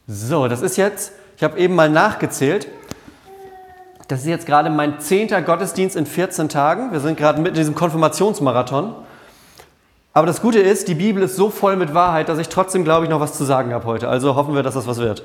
So, das ist jetzt, ich habe eben mal nachgezählt, das ist jetzt gerade mein 10. Gottesdienst in 14 Tagen. Wir sind gerade mitten in diesem Konfirmationsmarathon. Aber das Gute ist, die Bibel ist so voll mit Wahrheit, dass ich trotzdem, glaube ich, noch was zu sagen habe heute. Also hoffen wir, dass das was wird.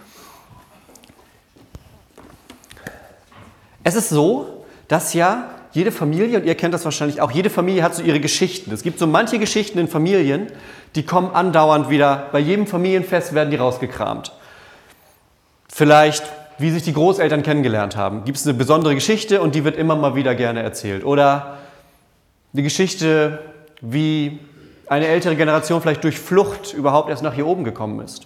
Es ist so, dass ja jede Familie, und ihr kennt das wahrscheinlich auch, jede Familie hat so ihre Geschichten. Es gibt so manche Geschichten in Familien, die kommen andauernd wieder, bei jedem Familienfest werden die rausgekramt. Vielleicht, wie sich die Großeltern kennengelernt haben, gibt es eine besondere Geschichte und die wird immer mal wieder gerne erzählt. Oder eine Geschichte, wie eine ältere Generation vielleicht durch Flucht überhaupt erst nach hier oben gekommen ist.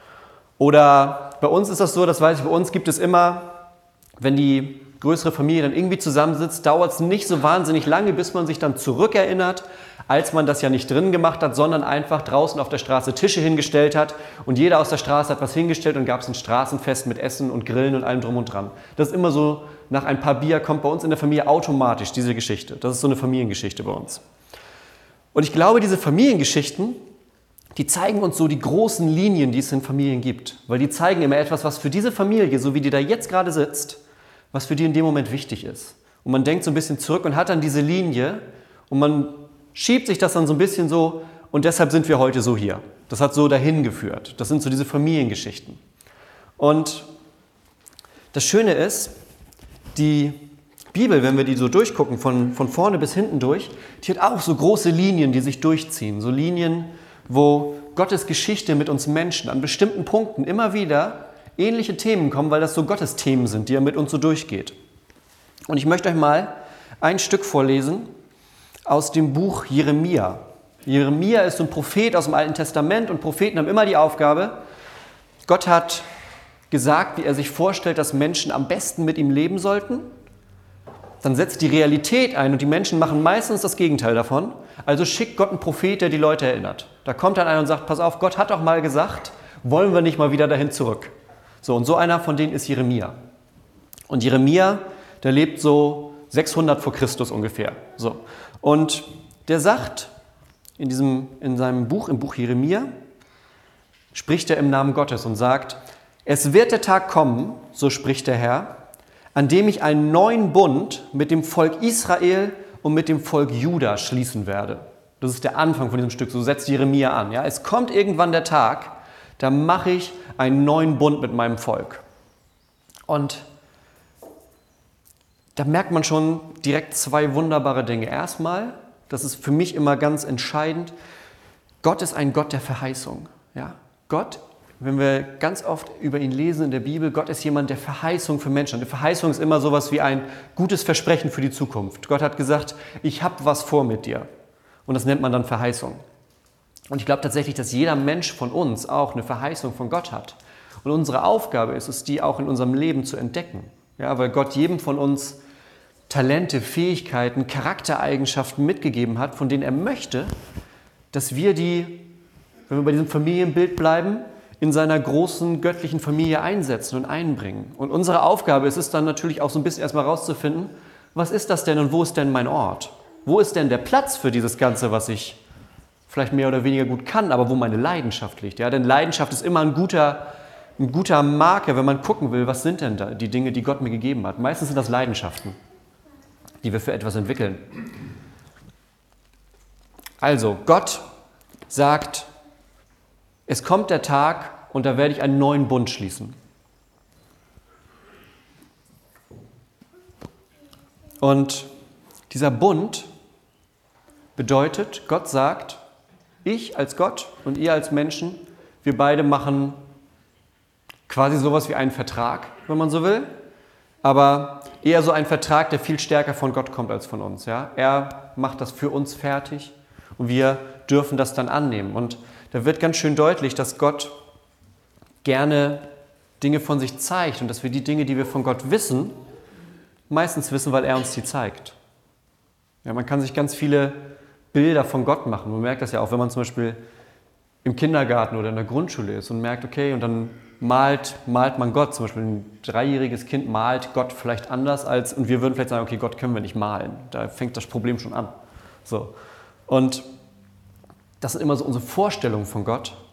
Oder bei uns ist das so, das weiß ich, bei uns gibt es immer, wenn die größere Familie dann irgendwie zusammensitzt, dauert es nicht so wahnsinnig lange, bis man sich dann zurückerinnert, als man das ja nicht drinnen gemacht hat, sondern einfach draußen auf der Straße Tische hingestellt hat und jeder aus der Straße hat was hingestellt und gab es ein Straßenfest mit Essen und Grillen und allem drum und dran. Das ist immer so, nach ein paar Bier kommt bei uns in der Familie automatisch diese Geschichte. Das ist so eine Familiengeschichte bei uns. Und ich glaube, diese Familiengeschichten, die zeigen uns so die großen Linien, die es in Familien gibt. Weil die zeigen immer etwas, was für diese Familie, so wie die da jetzt gerade sitzt, was für die in dem Moment wichtig ist. Und man denkt so ein bisschen zurück und hat dann diese Linie und man schiebt sich das dann so ein bisschen so und deshalb sind wir heute so hier. Das hat so dahin geführt. Das sind so diese Familiengeschichten. Und das Schöne ist, die Bibel, wenn wir die so durchgucken, von vorne bis hinten durch, die hat auch so große Linien, die sich durchziehen. So Linien, wo Gottes Geschichte mit uns Menschen an bestimmten Punkten immer wieder ähnliche Themen kommen, weil das so Gottes Themen sind, die er mit uns so durchgeht. Und ich möchte euch mal ein Stück vorlesen aus dem Buch Jeremia. Jeremia ist so ein Prophet aus dem Alten Testament und Propheten haben immer die Aufgabe, Gott hat gesagt, wie er sich vorstellt, dass Menschen am besten mit ihm leben sollten. Dann setzt die Realität ein und die Menschen machen meistens das Gegenteil davon. Also schickt Gott einen Prophet, der die Leute erinnert. Da kommt dann einer und sagt, pass auf, Gott hat doch mal gesagt, wollen wir nicht mal wieder dahin zurück. So, und so einer von denen ist Jeremia. Und Jeremia, der lebt so 600 vor Christus ungefähr. So. Und der sagt, in seinem Buch, im Buch Jeremia, spricht er im Namen Gottes und sagt, es wird der Tag kommen, so spricht der Herr, an dem ich einen neuen Bund mit dem Volk Israel und mit dem Volk Juda schließen werde. Das ist der Anfang von diesem Stück, so setzt Jeremia an. Ja? Es kommt irgendwann der Tag, da mache ich einen neuen Bund mit meinem Volk. Und da merkt man schon direkt zwei wunderbare Dinge. Erstmal, das ist für mich immer ganz entscheidend, Gott ist ein Gott der Verheißung. Ja? Gott, wenn wir ganz oft über ihn lesen in der Bibel, Gott ist jemand der Verheißung für Menschen. Eine Verheißung ist immer sowas wie ein gutes Versprechen für die Zukunft. Gott hat gesagt, ich habe was vor mit dir. Und das nennt man dann Verheißung. Und ich glaube tatsächlich, dass jeder Mensch von uns auch eine Verheißung von Gott hat. Und unsere Aufgabe ist es, die auch in unserem Leben zu entdecken. Ja, weil Gott jedem von uns Talente, Fähigkeiten, Charaktereigenschaften mitgegeben hat, von denen er möchte, dass wir die, wenn wir bei diesem Familienbild bleiben, in seiner großen göttlichen Familie einsetzen und einbringen. Und unsere Aufgabe ist es dann natürlich auch so ein bisschen erstmal rauszufinden, was ist das denn und wo ist denn mein Ort? Wo ist denn der Platz für dieses Ganze, was ich vielleicht mehr oder weniger gut kann, aber wo meine Leidenschaft liegt? Ja? Denn Leidenschaft ist immer ein guter Marker, wenn man gucken will, was sind denn da die Dinge, die Gott mir gegeben hat. Meistens sind das Leidenschaften, die wir für etwas entwickeln. Also, Gott sagt, es kommt der Tag und da werde ich einen neuen Bund schließen. Und dieser Bund bedeutet, Gott sagt, ich als Gott und ihr als Menschen, wir beide machen quasi sowas wie einen Vertrag, wenn man so will, aber eher so ein Vertrag, der viel stärker von Gott kommt als von uns. Ja? Er macht das für uns fertig und wir dürfen das dann annehmen. Und da wird ganz schön deutlich, dass Gott gerne Dinge von sich zeigt und dass wir die Dinge, die wir von Gott wissen, meistens wissen, weil er uns die zeigt. Ja, man kann sich ganz viele Bilder von Gott machen. Man merkt das ja auch, wenn man zum Beispiel im Kindergarten oder in der Grundschule ist und merkt, okay, und dann malt man Gott. Zum Beispiel ein 3-jähriges Kind malt Gott vielleicht anders als, und wir würden vielleicht sagen, okay, Gott können wir nicht malen. Da fängt das Problem schon an. So. Und das sind immer so unsere Vorstellungen von Gott.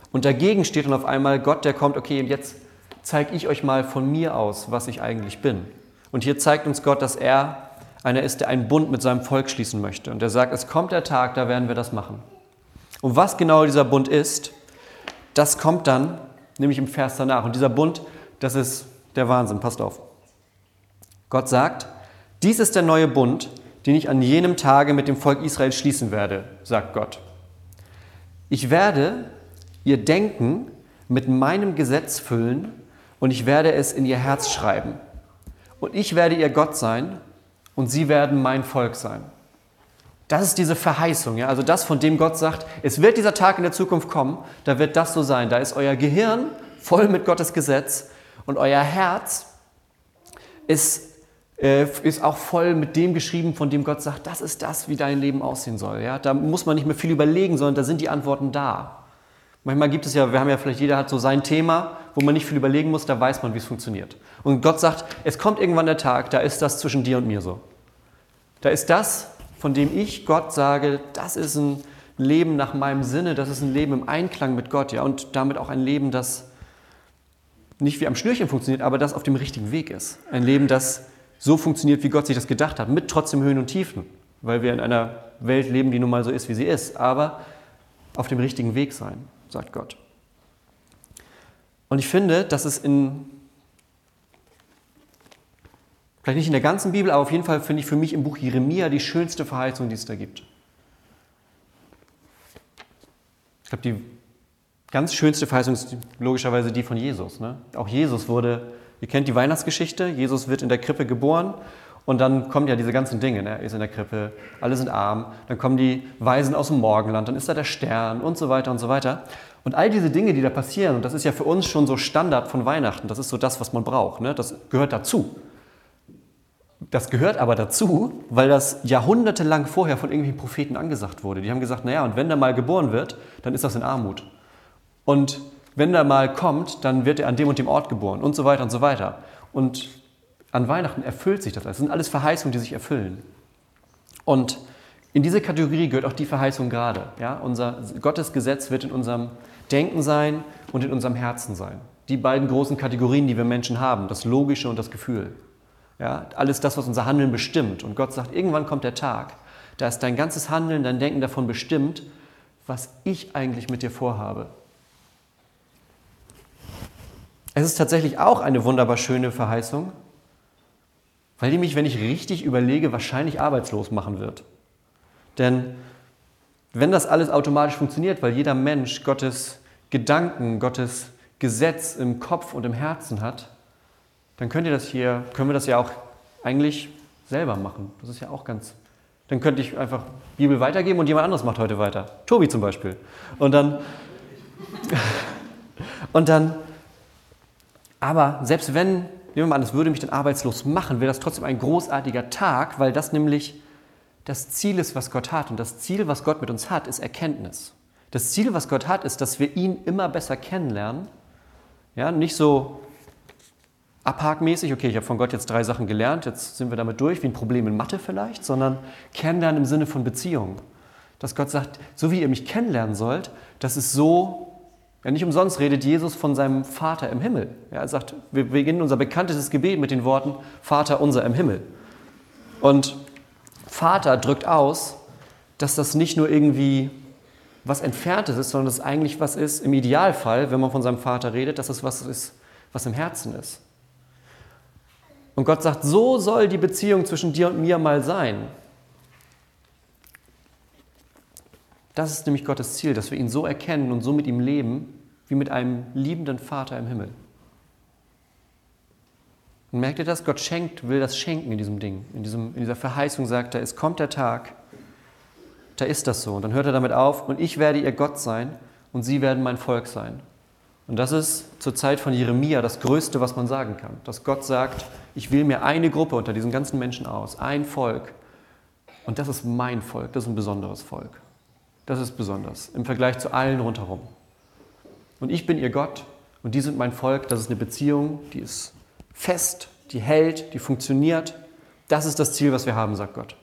Und dagegen steht dann auf einmal Gott, der kommt, okay, und jetzt zeige ich euch mal von mir aus, was ich eigentlich bin. Und hier zeigt uns Gott, dass er einer ist, der einen Bund mit seinem Volk schließen möchte. Und er sagt, es kommt der Tag, da werden wir das machen. Und was genau dieser Bund ist, das kommt dann nämlich im Vers danach. Und dieser Bund, das ist der Wahnsinn, passt auf. Gott sagt, dies ist der neue Bund, den ich an jenem Tage mit dem Volk Israel schließen werde, sagt Gott. Ich werde ihr Denken mit meinem Gesetz füllen und ich werde es in ihr Herz schreiben. Und ich werde ihr Gott sein und sie werden mein Volk sein. Das ist diese Verheißung, ja? Also das, von dem Gott sagt, es wird dieser Tag in der Zukunft kommen, da wird das so sein. Da ist euer Gehirn voll mit Gottes Gesetz und euer Herz ist auch voll mit dem geschrieben, von dem Gott sagt, das ist das, wie dein Leben aussehen soll. Ja? Da muss man nicht mehr viel überlegen, sondern da sind die Antworten da. Manchmal gibt es ja, wir haben ja vielleicht, jeder hat so sein Thema, wo man nicht viel überlegen muss, da weiß man, wie es funktioniert. Und Gott sagt, es kommt irgendwann der Tag, da ist das zwischen dir und mir so. Da ist das, von dem ich Gott sage, das ist ein Leben nach meinem Sinne, das ist ein Leben im Einklang mit Gott, ja, und damit auch ein Leben, das nicht wie am Schnürchen funktioniert, aber das auf dem richtigen Weg ist. Ein Leben, das so funktioniert, wie Gott sich das gedacht hat, mit trotzdem Höhen und Tiefen, weil wir in einer Welt leben, die nun mal so ist, wie sie ist, aber auf dem richtigen Weg sein, sagt Gott. Und ich finde, dass es vielleicht nicht in der ganzen Bibel, aber auf jeden Fall finde ich für mich im Buch Jeremia die schönste Verheißung, die es da gibt. Ich glaube, die ganz schönste Verheißung ist logischerweise die von Jesus. Ne? Auch Jesus wurde, ihr kennt die Weihnachtsgeschichte, Jesus wird in der Krippe geboren und dann kommen ja diese ganzen Dinge. Ne? Er ist in der Krippe, alle sind arm, dann kommen die Weisen aus dem Morgenland, dann ist da der Stern und so weiter und so weiter. Und all diese Dinge, die da passieren, und das ist ja für uns schon so Standard von Weihnachten, das ist so das, was man braucht, ne? Das gehört dazu. Das gehört aber dazu, weil das jahrhundertelang vorher von irgendwelchen Propheten angesagt wurde. Die haben gesagt, naja, und wenn der mal geboren wird, dann ist das in Armut. Und wenn der mal kommt, dann wird er an dem und dem Ort geboren und so weiter und so weiter. Und an Weihnachten erfüllt sich das. Das sind alles Verheißungen, die sich erfüllen. Und in diese Kategorie gehört auch die Verheißung gerade. Ja? Gottes Gesetz wird in unserem Denken sein und in unserem Herzen sein. Die beiden großen Kategorien, die wir Menschen haben, das Logische und das Gefühl. Ja, alles das, was unser Handeln bestimmt. Und Gott sagt, irgendwann kommt der Tag, da ist dein ganzes Handeln, dein Denken davon bestimmt, was ich eigentlich mit dir vorhabe. Es ist tatsächlich auch eine wunderbar schöne Verheißung, weil die mich, wenn ich richtig überlege, wahrscheinlich arbeitslos machen wird. Denn wenn das alles automatisch funktioniert, weil jeder Mensch Gottes Gedanken, Gottes Gesetz im Kopf und im Herzen hat, dann können wir das ja auch eigentlich selber machen. Das ist ja auch dann könnte ich einfach Bibel weitergeben und jemand anderes macht heute weiter. Tobi zum Beispiel. Und dann, aber selbst wenn, nehmen wir mal an, das würde mich dann arbeitslos machen, wäre das trotzdem ein großartiger Tag, weil das nämlich das Ziel ist, was Gott hat. Und das Ziel, was Gott mit uns hat, ist Erkenntnis. Das Ziel, was Gott hat, ist, dass wir ihn immer besser kennenlernen. Ja, nicht so abhakmäßig, okay, ich habe von Gott jetzt 3 Sachen gelernt, jetzt sind wir damit durch, wie ein Problem in Mathe vielleicht, sondern kennenlernen im Sinne von Beziehung. Dass Gott sagt, so wie ihr mich kennenlernen sollt, das ist so, ja, nicht umsonst redet Jesus von seinem Vater im Himmel. Ja, er sagt, wir beginnen unser bekanntestes Gebet mit den Worten, Vater unser im Himmel. Und Vater drückt aus, dass das nicht nur irgendwie was Entferntes ist, sondern dass es eigentlich was ist, im Idealfall, wenn man von seinem Vater redet, dass es was ist, was im Herzen ist. Und Gott sagt, so soll die Beziehung zwischen dir und mir mal sein. Das ist nämlich Gottes Ziel, dass wir ihn so erkennen und so mit ihm leben, wie mit einem liebenden Vater im Himmel. Und merkt ihr das? Gott will das schenken in diesem Ding. In dieser Verheißung sagt er, es kommt der Tag, da ist das so. Und dann hört er damit auf, und ich werde ihr Gott sein und sie werden mein Volk sein. Und das ist zur Zeit von Jeremia das Größte, was man sagen kann. Dass Gott sagt, ich wähle mir eine Gruppe unter diesen ganzen Menschen aus, ein Volk. Und das ist mein Volk, das ist ein besonderes Volk. Das ist besonders im Vergleich zu allen rundherum. Und ich bin ihr Gott und die sind mein Volk. Das ist eine Beziehung, die ist fest, die hält, die funktioniert. Das ist das Ziel, was wir haben, sagt Gott.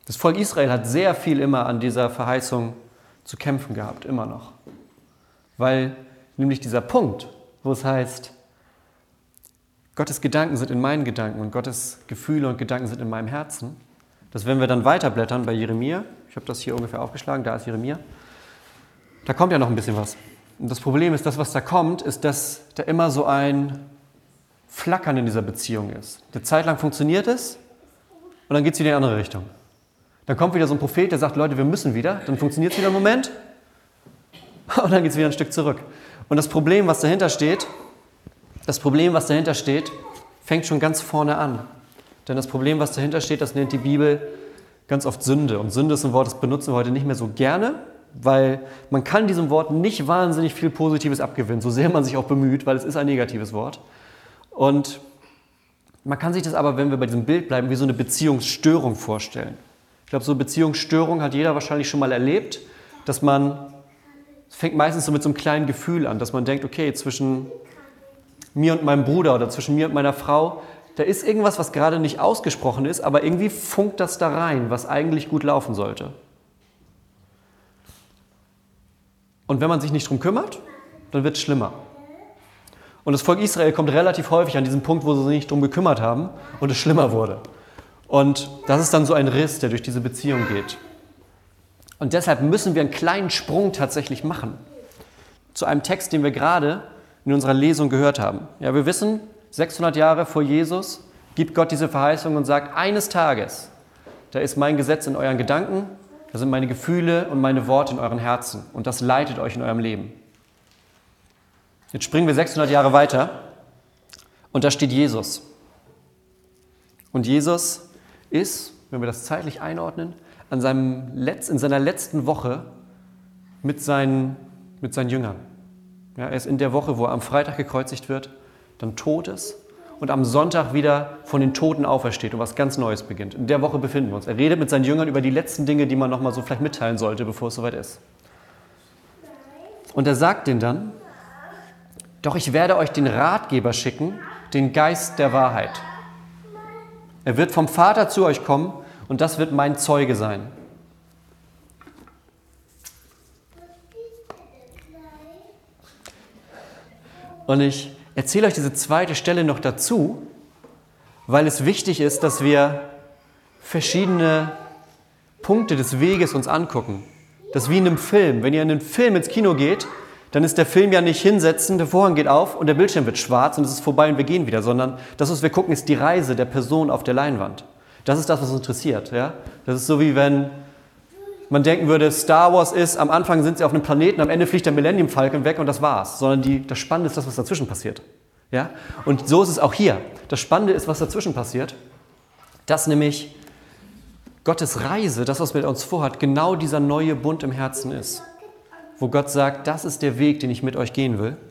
Das Volk Israel hat sehr viel immer an dieser Verheißung zu kämpfen gehabt, immer noch. Weil nämlich dieser Punkt, wo es heißt, Gottes Gedanken sind in meinen Gedanken und Gottes Gefühle und Gedanken sind in meinem Herzen, dass wenn wir dann weiterblättern bei Jeremia, ich habe das hier ungefähr aufgeschlagen, da ist Jeremia, da kommt ja noch ein bisschen was. Und das Problem ist, das, was da kommt, ist, dass da immer so ein Flackern in dieser Beziehung ist. Eine Zeit lang funktioniert es und dann geht es wieder in die andere Richtung. Dann kommt wieder so ein Prophet, der sagt, Leute, wir müssen wieder, dann funktioniert es wieder einen Moment und dann geht es wieder ein Stück zurück. Und das Problem, was dahinter steht, fängt schon ganz vorne an. Denn das Problem, was dahinter steht, das nennt die Bibel ganz oft Sünde. Und Sünde ist ein Wort, das benutzen wir heute nicht mehr so gerne, weil man kann diesem Wort nicht wahnsinnig viel Positives abgewinnen, so sehr man sich auch bemüht, weil es ist ein negatives Wort. Und man kann sich das aber, wenn wir bei diesem Bild bleiben, wie so eine Beziehungsstörung vorstellen. Ich glaube, so eine Beziehungsstörung hat jeder wahrscheinlich schon mal erlebt, dass man, es fängt meistens so mit so einem kleinen Gefühl an, dass man denkt, okay, zwischen mir und meinem Bruder oder zwischen mir und meiner Frau, da ist irgendwas, was gerade nicht ausgesprochen ist, aber irgendwie funkt das da rein, was eigentlich gut laufen sollte. Und wenn man sich nicht drum kümmert, dann wird es schlimmer. Und das Volk Israel kommt relativ häufig an diesen Punkt, wo sie sich nicht drum gekümmert haben und es schlimmer wurde. Und das ist dann so ein Riss, der durch diese Beziehung geht. Und deshalb müssen wir einen kleinen Sprung tatsächlich machen zu einem Text, den wir gerade in unserer Lesung gehört haben. Ja, wir wissen, 600 Jahre vor Jesus gibt Gott diese Verheißung und sagt, eines Tages, da ist mein Gesetz in euren Gedanken, da sind meine Gefühle und meine Worte in euren Herzen und das leitet euch in eurem Leben. Jetzt springen wir 600 Jahre weiter und da steht Jesus. Und Jesus ist, wenn wir das zeitlich einordnen, in seiner letzten Woche mit seinen Jüngern. Ja, er ist in der Woche, wo er am Freitag gekreuzigt wird, dann tot ist und am Sonntag wieder von den Toten aufersteht und was ganz Neues beginnt. In der Woche befinden wir uns. Er redet mit seinen Jüngern über die letzten Dinge, die man noch mal so vielleicht mitteilen sollte, bevor es soweit ist. Und er sagt denen dann, doch ich werde euch den Ratgeber schicken, den Geist der Wahrheit. Er wird vom Vater zu euch kommen und das wird mein Zeuge sein. Und ich erzähle euch diese zweite Stelle noch dazu, weil es wichtig ist, dass wir verschiedene Punkte des Weges uns angucken. Das ist wie in einem Film. Wenn ihr in einen Film ins Kino geht, dann ist der Film ja nicht hinsetzen, der Vorhang geht auf und der Bildschirm wird schwarz und es ist vorbei und wir gehen wieder, sondern das, was wir gucken, ist die Reise der Person auf der Leinwand. Das ist das, was uns interessiert. Ja? Das ist so, wie wenn man denken würde, Star Wars ist, am Anfang sind sie auf einem Planeten, am Ende fliegt der Millennium Falcon weg und das war's. Sondern das Spannende ist das, was dazwischen passiert. Ja? Und so ist es auch hier. Das Spannende ist, was dazwischen passiert, dass nämlich Gottes Reise, das, was mit uns vorhat, genau dieser neue Bund im Herzen ist. Wo Gott sagt, das ist der Weg, den ich mit euch gehen will.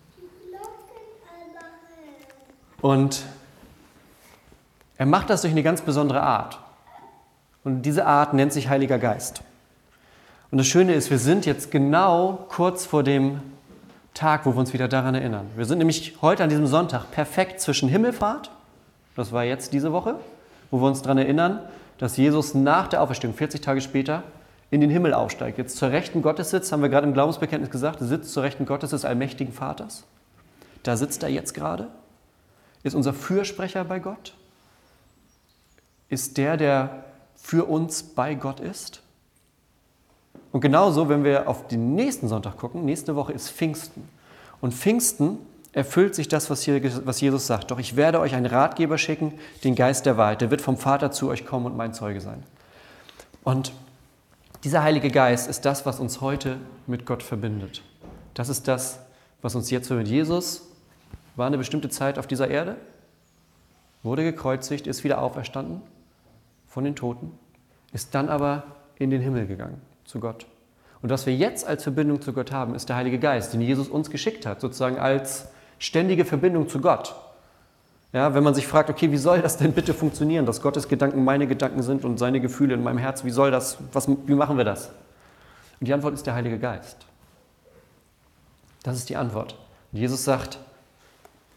Und er macht das durch eine ganz besondere Art. Und diese Art nennt sich Heiliger Geist. Und das Schöne ist, wir sind jetzt genau kurz vor dem Tag, wo wir uns wieder daran erinnern. Wir sind nämlich heute an diesem Sonntag perfekt zwischen Himmelfahrt, das war jetzt diese Woche, wo wir uns daran erinnern, dass Jesus nach der Auferstehung, 40 Tage später, in den Himmel aufsteigt. Jetzt zur Rechten Gottes sitzt, haben wir gerade im Glaubensbekenntnis gesagt, sitzt zur Rechten Gottes des allmächtigen Vaters. Da sitzt er jetzt gerade, ist unser Fürsprecher bei Gott, ist der für uns bei Gott ist. Und genauso, wenn wir auf den nächsten Sonntag gucken, nächste Woche ist Pfingsten. Und Pfingsten erfüllt sich das, was Jesus sagt. Doch ich werde euch einen Ratgeber schicken, den Geist der Wahrheit. Der wird vom Vater zu euch kommen und mein Zeuge sein. Und dieser Heilige Geist ist das, was uns heute mit Gott verbindet. Das ist das, was uns jetzt verbindet. Jesus war eine bestimmte Zeit auf dieser Erde, wurde gekreuzigt, ist wieder auferstanden von den Toten, ist dann aber in den Himmel gegangen, zu Gott. Und was wir jetzt als Verbindung zu Gott haben, ist der Heilige Geist, den Jesus uns geschickt hat, sozusagen als ständige Verbindung zu Gott. Ja, wenn man sich fragt, okay, wie soll das denn bitte funktionieren, dass Gottes Gedanken meine Gedanken sind und seine Gefühle in meinem Herz, wie machen wir das? Und die Antwort ist der Heilige Geist. Das ist die Antwort. Und Jesus sagt,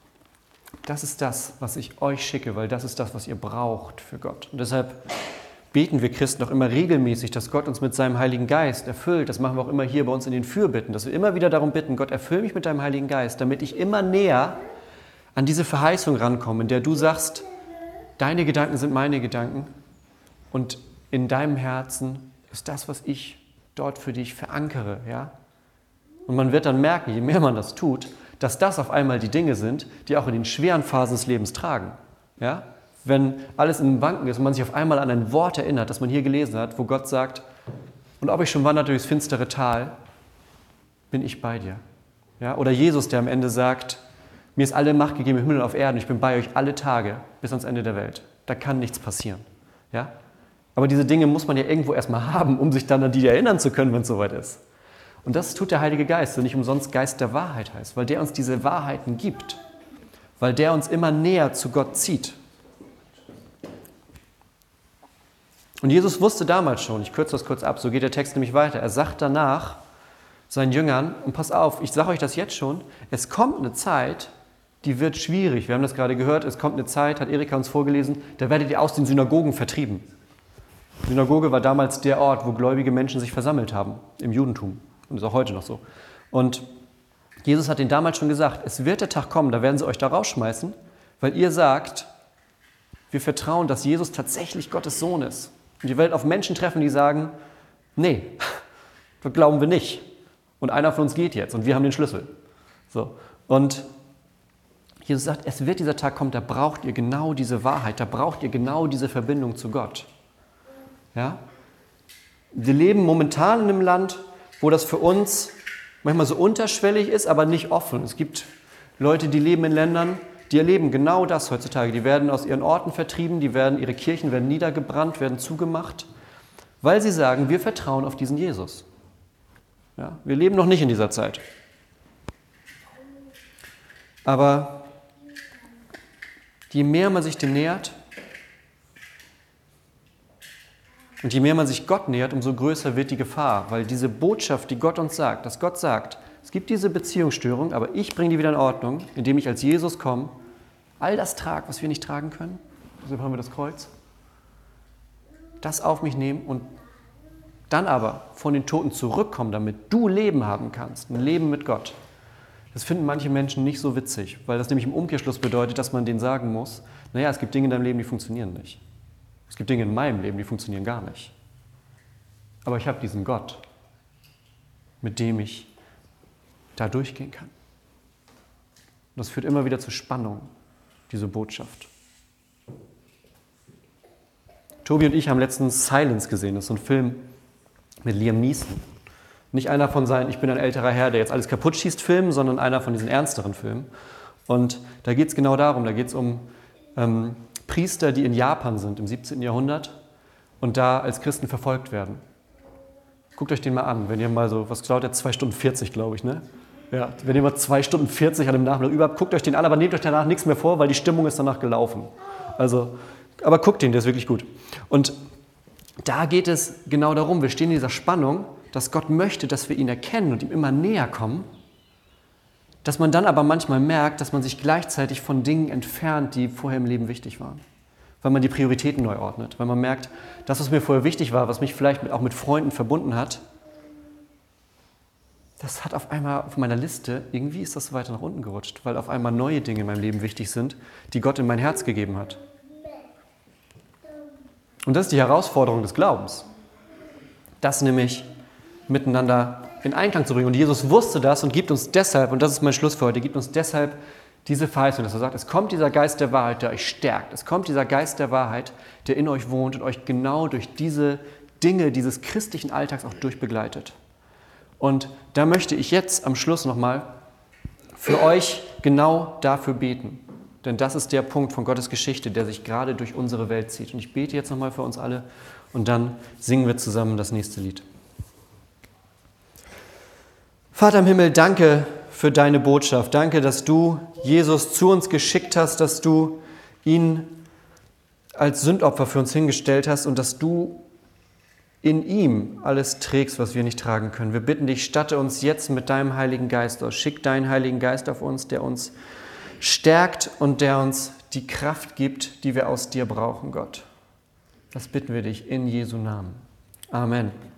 das ist das, was ich euch schicke, weil das ist das, was ihr braucht für Gott. Und deshalb beten wir Christen auch immer regelmäßig, dass Gott uns mit seinem Heiligen Geist erfüllt. Das machen wir auch immer hier bei uns in den Fürbitten, dass wir immer wieder darum bitten, Gott, erfüll mich mit deinem Heiligen Geist, damit ich immer näher an diese Verheißung rankomme, in der du sagst, deine Gedanken sind meine Gedanken und in deinem Herzen ist das, was ich dort für dich verankere. Ja? Und man wird dann merken, je mehr man das tut, dass das auf einmal die Dinge sind, die auch in den schweren Phasen des Lebens tragen. Ja? Wenn alles in den Wanken ist und man sich auf einmal an ein Wort erinnert, das man hier gelesen hat, wo Gott sagt, und ob ich schon wanderte durchs finstere Tal, bin ich bei dir. Ja? Oder Jesus, der am Ende sagt, mir ist alle Macht gegeben im Himmel und auf Erden, ich bin bei euch alle Tage bis ans Ende der Welt. Da kann nichts passieren. Ja? Aber diese Dinge muss man ja irgendwo erstmal haben, um sich dann an die erinnern zu können, wenn es soweit ist. Und das tut der Heilige Geist, der nicht umsonst Geist der Wahrheit heißt, weil der uns diese Wahrheiten gibt, weil der uns immer näher zu Gott zieht. Und Jesus wusste damals schon, ich kürze das kurz ab, so geht der Text nämlich weiter, er sagt danach seinen Jüngern, und pass auf, ich sage euch das jetzt schon, es kommt eine Zeit, die wird schwierig. Wir haben das gerade gehört, es kommt eine Zeit, hat Erika uns vorgelesen, da werdet ihr aus den Synagogen vertrieben. Die Synagoge war damals der Ort, wo gläubige Menschen sich versammelt haben, im Judentum. Und ist auch heute noch so. Und Jesus hat ihnen damals schon gesagt, es wird der Tag kommen, da werden sie euch da rausschmeißen, weil ihr sagt, wir vertrauen, dass Jesus tatsächlich Gottes Sohn ist. Und ihr werdet auf Menschen treffen, die sagen, nee, das glauben wir nicht. Und einer von uns geht jetzt und wir haben den Schlüssel. So. Und Jesus sagt, es wird dieser Tag kommen, da braucht ihr genau diese Wahrheit, da braucht ihr genau diese Verbindung zu Gott. Ja? Wir leben momentan in einem Land, wo das für uns manchmal so unterschwellig ist, aber nicht offen. Es gibt Leute, die leben in Ländern, die erleben genau das heutzutage. Die werden aus ihren Orten vertrieben, ihre Kirchen werden niedergebrannt, werden zugemacht, weil sie sagen, wir vertrauen auf diesen Jesus. Ja? Wir leben noch nicht in dieser Zeit. Aber je mehr man sich dem nähert und je mehr man sich Gott nähert, umso größer wird die Gefahr, weil diese Botschaft, die Gott uns sagt, dass Gott sagt, es gibt diese Beziehungsstörung, aber ich bringe die wieder in Ordnung, indem ich als Jesus komme, all das trage, was wir nicht tragen können, deshalb haben wir das Kreuz, das auf mich nehmen und dann aber von den Toten zurückkommen, damit du Leben haben kannst, ein Leben mit Gott. Das finden manche Menschen nicht so witzig, weil das nämlich im Umkehrschluss bedeutet, dass man denen sagen muss, naja, es gibt Dinge in deinem Leben, die funktionieren nicht. Es gibt Dinge in meinem Leben, die funktionieren gar nicht. Aber ich habe diesen Gott, mit dem ich da durchgehen kann. Und das führt immer wieder zu Spannung, diese Botschaft. Tobi und ich haben letztens Silence gesehen, das ist so ein Film mit Liam Neeson. Nicht einer von seinen, ich bin ein älterer Herr, der jetzt alles kaputt schießt, Filmen, sondern einer von diesen ernsteren Filmen. Und da geht es genau darum, da geht es um Priester, die in Japan sind im 17. Jahrhundert und da als Christen verfolgt werden. Guckt euch den mal an, wenn ihr mal so, was glaubt ihr, 2 Stunden 40, glaube ich, ne? Ja, wenn ihr mal 2 Stunden 40 an dem Nachmittag über habt, guckt euch den an, aber nehmt euch danach nichts mehr vor, weil die Stimmung ist danach gelaufen. Also, aber guckt den, der ist wirklich gut. Und da geht es genau darum, wir stehen in dieser Spannung, dass Gott möchte, dass wir ihn erkennen und ihm immer näher kommen, dass man dann aber manchmal merkt, dass man sich gleichzeitig von Dingen entfernt, die vorher im Leben wichtig waren. Weil man die Prioritäten neu ordnet, weil man merkt, das, was mir vorher wichtig war, was mich vielleicht auch mit Freunden verbunden hat, das hat auf einmal auf meiner Liste, irgendwie ist das weiter nach unten gerutscht, weil auf einmal neue Dinge in meinem Leben wichtig sind, die Gott in mein Herz gegeben hat. Und das ist die Herausforderung des Glaubens. Das nämlich miteinander in Einklang zu bringen. Und Jesus wusste das und gibt uns deshalb, und das ist mein Schluss für heute, gibt uns deshalb diese Verheißung, dass er sagt, es kommt dieser Geist der Wahrheit, der euch stärkt. Es kommt dieser Geist der Wahrheit, der in euch wohnt und euch genau durch diese Dinge dieses christlichen Alltags auch durchbegleitet. Und da möchte ich jetzt am Schluss nochmal für euch genau dafür beten. Denn das ist der Punkt von Gottes Geschichte, der sich gerade durch unsere Welt zieht. Und ich bete jetzt nochmal für uns alle und dann singen wir zusammen das nächste Lied. Vater im Himmel, danke für deine Botschaft. Danke, dass du Jesus zu uns geschickt hast, dass du ihn als Sündopfer für uns hingestellt hast und dass du in ihm alles trägst, was wir nicht tragen können. Wir bitten dich, statte uns jetzt mit deinem Heiligen Geist aus. Schick deinen Heiligen Geist auf uns, der uns stärkt und der uns die Kraft gibt, die wir aus dir brauchen, Gott. Das bitten wir dich in Jesu Namen. Amen.